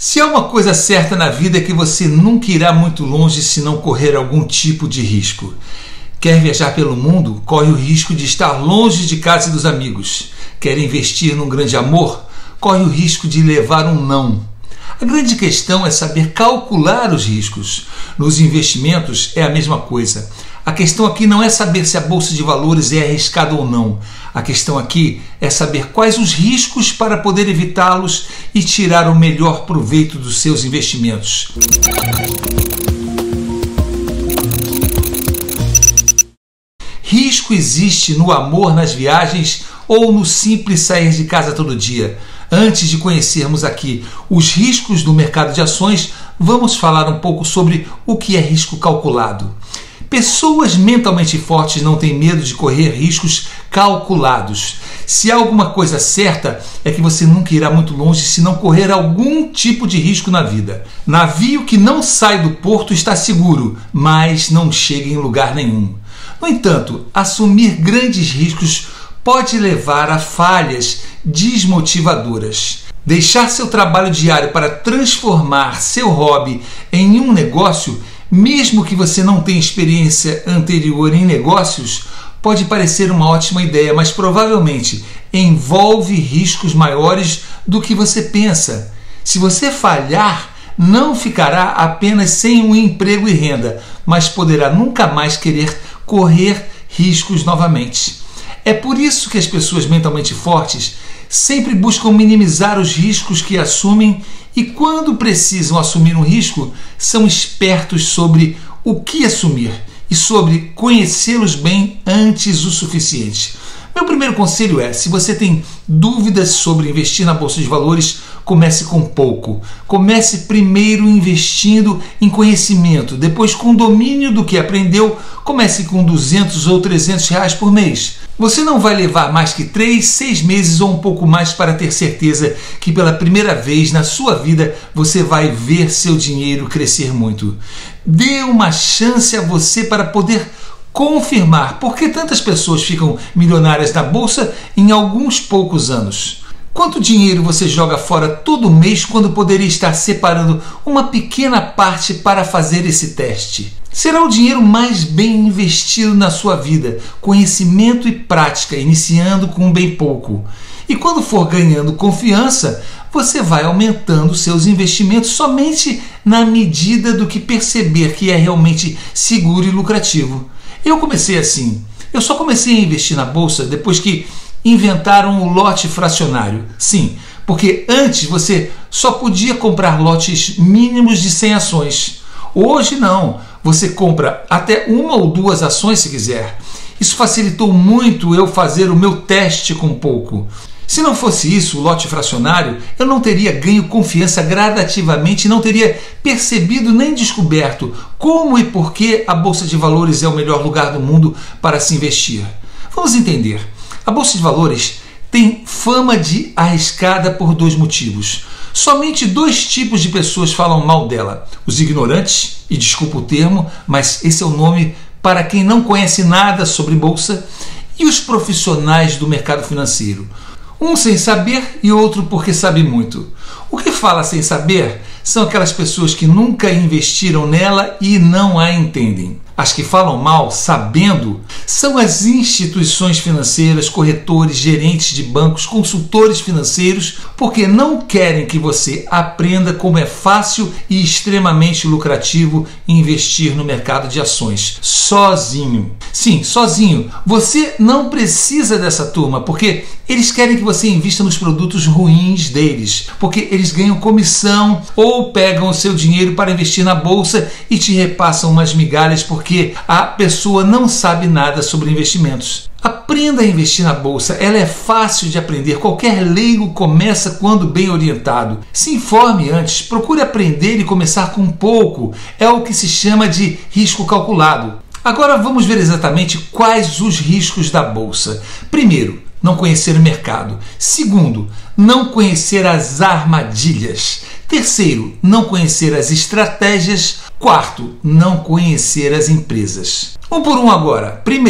Se há uma coisa certa na vida é que você nunca irá muito longe se não correr algum tipo de risco. Quer viajar pelo mundo? Corre o risco de estar longe de casa e dos amigos. Quer investir num grande amor? Corre o risco de levar um não. A grande questão é saber calcular os riscos. Nos investimentos é a mesma coisa. A questão aqui não é saber se a bolsa de valores é arriscada ou não. A questão aqui é saber quais os riscos para poder evitá-los e tirar o melhor proveito dos seus investimentos. Risco existe no amor, nas viagens ou no simples sair de casa todo dia. Antes de conhecermos aqui os riscos do mercado de ações, vamos falar um pouco sobre o que é risco calculado. Pessoas mentalmente fortes não têm medo de correr riscos calculados. Se há alguma coisa certa, é que você nunca irá muito longe se não correr algum tipo de risco na vida. Navio que não sai do porto está seguro, mas não chega em lugar nenhum. No entanto, assumir grandes riscos pode levar a falhas desmotivadoras. Deixar seu trabalho diário para transformar seu hobby em um negócio, mesmo que você não tenha experiência anterior em negócios, pode parecer uma ótima ideia, mas provavelmente envolve riscos maiores do que você pensa. Se você falhar, não ficará apenas sem um emprego e renda, mas poderá nunca mais querer correr riscos novamente. É por isso que as pessoas mentalmente fortes sempre buscam minimizar os riscos que assumem e, quando precisam assumir um risco, são espertos sobre o que assumir e sobre conhecê-los bem antes o suficiente. Meu primeiro conselho é: se você tem dúvidas sobre investir na bolsa de valores, comece com pouco. Comece primeiro investindo em conhecimento, depois com domínio do que aprendeu, comece com 200 ou 300 reais por mês. Você não vai levar mais que 3, 6 meses ou um pouco mais para ter certeza que pela primeira vez na sua vida você vai ver seu dinheiro crescer muito. Dê uma chance a você para poder confirmar por que tantas pessoas ficam milionárias na bolsa em alguns poucos anos. Quanto dinheiro você joga fora todo mês quando poderia estar separando uma pequena parte para fazer esse teste? Será o dinheiro mais bem investido na sua vida, conhecimento e prática, iniciando com bem pouco. E quando for ganhando confiança, você vai aumentando seus investimentos somente na medida do que perceber que é realmente seguro e lucrativo. Eu comecei assim. Eu só comecei a investir na bolsa depois que inventaram o lote fracionário. Sim, porque antes você só podia comprar lotes mínimos de 100 ações. Hoje não, você compra até 1 ou 2 ações se quiser. Isso facilitou muito eu fazer o meu teste com pouco. Se não fosse isso, o lote fracionário, eu não teria ganho confiança gradativamente e não teria percebido nem descoberto como e por que a Bolsa de Valores é o melhor lugar do mundo para se investir. Vamos entender. A Bolsa de Valores tem fama de arriscada por 2 motivos. Somente 2 tipos de pessoas falam mal dela: os ignorantes, e desculpa o termo, mas esse é o nome para quem não conhece nada sobre bolsa, e os profissionais do mercado financeiro. Um sem saber e outro porque sabe muito. O que fala sem saber são aquelas pessoas que nunca investiram nela e não a entendem. As que falam mal sabendo são as instituições financeiras, corretores, gerentes de bancos, consultores financeiros, porque não querem que você aprenda como é fácil e extremamente lucrativo investir no mercado de ações sozinho. Sim, sozinho. Você não precisa dessa turma, porque eles querem que você invista nos produtos ruins deles, porque eles ganham comissão ou pegam o seu dinheiro para investir na bolsa e te repassam umas migalhas porque a pessoa não sabe nada sobre investimentos. Aprenda a investir na bolsa, ela é fácil de aprender, qualquer leigo começa quando bem orientado. Se informe antes, procure aprender e começar com pouco, é o que se chama de risco calculado. Agora vamos ver exatamente quais os riscos da bolsa. Primeiro, não conhecer o mercado. Segundo, não conhecer as armadilhas. Terceiro, não conhecer as estratégias. Quarto, não conhecer as empresas. Um por um agora. Primeiro,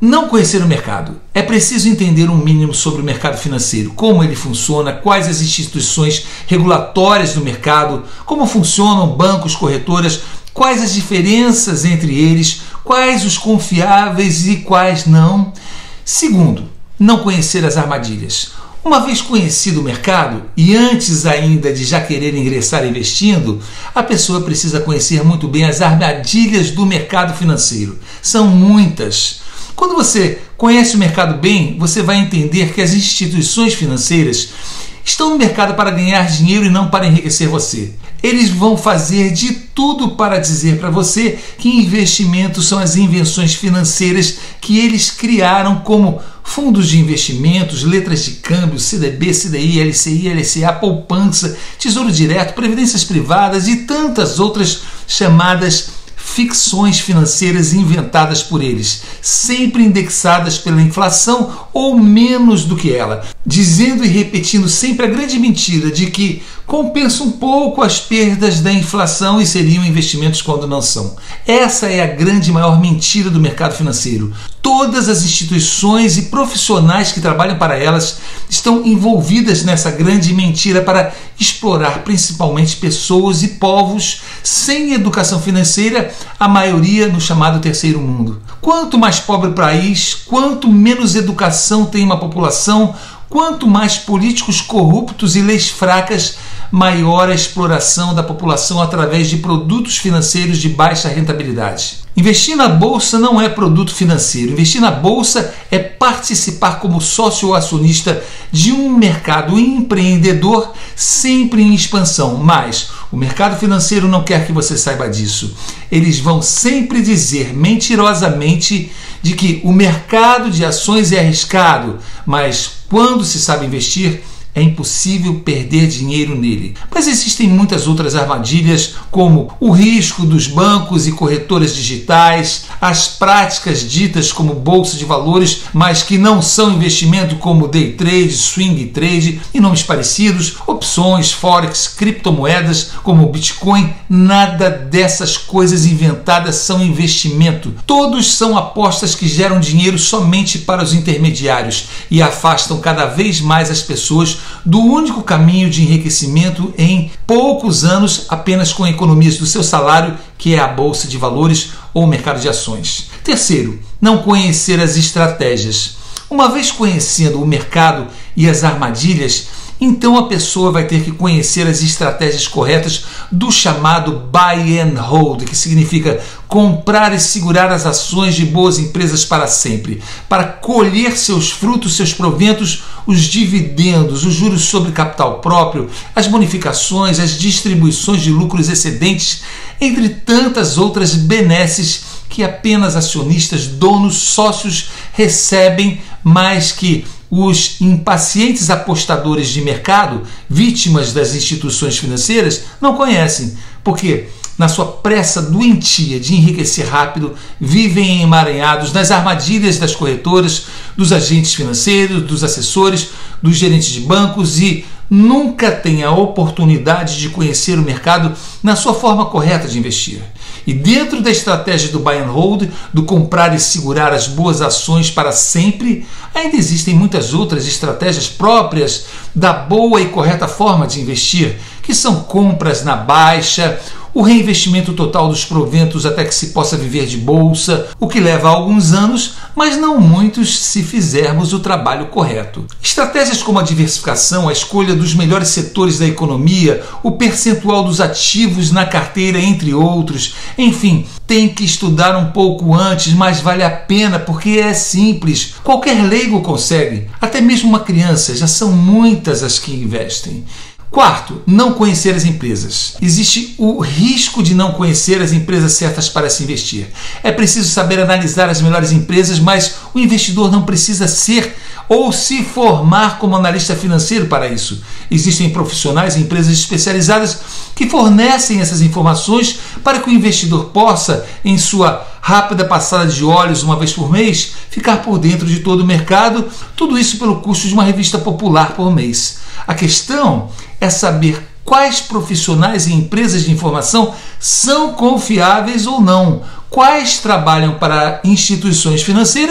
não conhecer o mercado. É preciso entender um mínimo sobre o mercado financeiro, como ele funciona, quais as instituições regulatórias do mercado, como funcionam bancos, corretoras, quais as diferenças entre eles, quais os confiáveis e quais não. Segundo, não conhecer as armadilhas. Uma vez conhecido o mercado e antes ainda de já querer ingressar investindo, a pessoa precisa conhecer muito bem as armadilhas do mercado financeiro. São muitas. Quando você conhece o mercado bem, você vai entender que as instituições financeiras estão no mercado para ganhar dinheiro e não para enriquecer você. Eles vão fazer de tudo para dizer para você que investimentos são as invenções financeiras que eles criaram, como fundos de investimentos, letras de câmbio, CDB, CDI, LCI, LCA, poupança, tesouro direto, previdências privadas e tantas outras chamadas ficções financeiras inventadas por eles, sempre indexadas pela inflação ou menos do que ela, dizendo e repetindo sempre a grande mentira de que compensa um pouco as perdas da inflação e seriam investimentos quando não são. Essa é a grande e maior mentira do mercado financeiro. Todas as instituições e profissionais que trabalham para elas estão envolvidas nessa grande mentira para explorar principalmente pessoas e povos sem educação financeira, a maioria no chamado terceiro mundo. Quanto mais pobre o país, quanto menos educação tem uma população, quanto mais políticos corruptos e leis fracas, maior a exploração da população através de produtos financeiros de baixa rentabilidade. Investir na bolsa não é produto financeiro. Investir na bolsa é participar como sócio ou acionista de um mercado empreendedor sempre em expansão. Mas o mercado financeiro não quer que você saiba disso. Eles vão sempre dizer mentirosamente de que o mercado de ações é arriscado, mas quando se sabe investir, é impossível perder dinheiro nele. Mas existem muitas outras armadilhas, como o risco dos bancos e corretoras digitais, as práticas ditas como bolsa de valores, mas que não são investimento, como day trade, swing trade e nomes parecidos, opções, forex, criptomoedas como o Bitcoin. Nada dessas coisas inventadas são investimento. Todos são apostas que geram dinheiro somente para os intermediários e afastam cada vez mais as pessoas do único caminho de enriquecimento em poucos anos, apenas com economias do seu salário, que é a bolsa de valores ou o mercado de ações. Terceiro, não conhecer as estratégias. Uma vez conhecendo o mercado e as armadilhas, então a pessoa vai ter que conhecer as estratégias corretas do chamado buy and hold, que significa comprar e segurar as ações de boas empresas para sempre, para colher seus frutos, seus proventos, os dividendos, os juros sobre capital próprio, as bonificações, as distribuições de lucros excedentes, entre tantas outras benesses que apenas acionistas, donos, sócios recebem, mas que os impacientes apostadores de mercado, vítimas das instituições financeiras, não conhecem, porque na sua pressa doentia de enriquecer rápido, vivem emaranhados nas armadilhas das corretoras, dos agentes financeiros, dos assessores, dos gerentes de bancos e nunca têm a oportunidade de conhecer o mercado na sua forma correta de investir. E dentro da estratégia do buy and hold, do comprar e segurar as boas ações para sempre, ainda existem muitas outras estratégias próprias da boa e correta forma de investir, que são compras na baixa, o reinvestimento total dos proventos até que se possa viver de bolsa, o que leva alguns anos, mas não muitos se fizermos o trabalho correto. Estratégias como a diversificação, a escolha dos melhores setores da economia, o percentual dos ativos na carteira, entre outros, enfim, tem que estudar um pouco antes, mas vale a pena porque é simples. Qualquer leigo consegue, até mesmo uma criança, já são muitas as que investem. Quarto, não conhecer as empresas. Existe o risco de não conhecer as empresas certas para se investir. É preciso saber analisar as melhores empresas, mas o investidor não precisa ser ou se formar como analista financeiro para isso. Existem profissionais e empresas especializadas que fornecem essas informações para que o investidor possa, em sua rápida passada de olhos uma vez por mês, ficar por dentro de todo o mercado, tudo isso pelo custo de uma revista popular por mês. A questão é saber quais profissionais e empresas de informação são confiáveis ou não, quais trabalham para instituições financeiras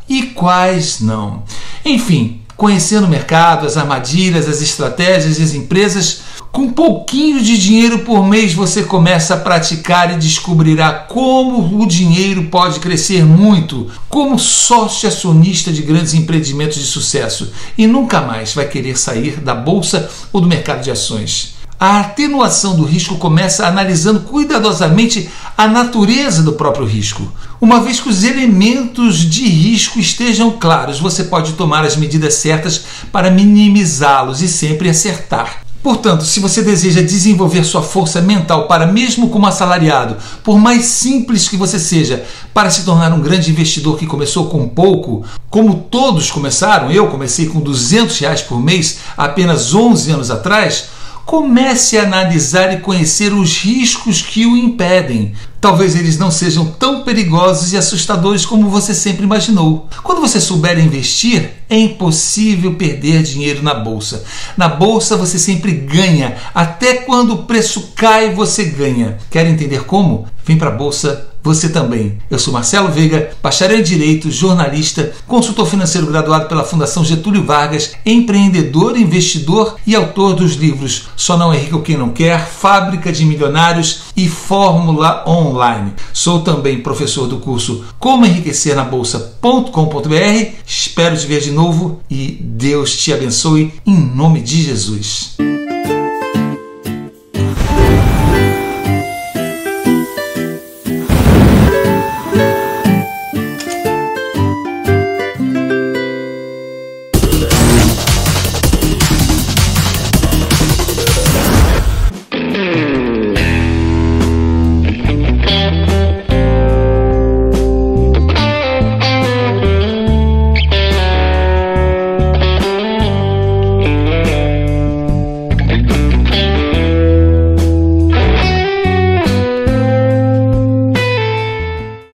e quais não. Enfim, conhecendo o mercado, as armadilhas, as estratégias e as empresas, com um pouquinho de dinheiro por mês você começa a praticar e descobrirá como o dinheiro pode crescer muito, como sócio acionista de grandes empreendimentos de sucesso, e nunca mais vai querer sair da bolsa ou do mercado de ações. A atenuação do risco começa analisando cuidadosamente a natureza do próprio risco. Uma vez que os elementos de risco estejam claros, você pode tomar as medidas certas para minimizá-los e sempre acertar. Portanto, se você deseja desenvolver sua força mental para, mesmo como assalariado, por mais simples que você seja, para se tornar um grande investidor que começou com pouco, como todos começaram, eu comecei com R$200 por mês há apenas 11 anos atrás, comece a analisar e conhecer os riscos que o impedem. Talvez eles não sejam tão perigosos e assustadores como você sempre imaginou. Quando você souber investir, é impossível perder dinheiro na bolsa. Na bolsa você sempre ganha. Até quando o preço cai, você ganha. Quer entender como? Vem para a bolsa você também. Eu sou Marcelo Veiga, bacharel em Direito, jornalista, consultor financeiro graduado pela Fundação Getúlio Vargas, empreendedor, investidor e autor dos livros Só Não é Rico Quem Não Quer, Fábrica de Milionários e Fórmula Online. Sou também professor do curso Como Enriquecer na Bolsa.com.br. Espero te ver de novo e Deus te abençoe em nome de Jesus.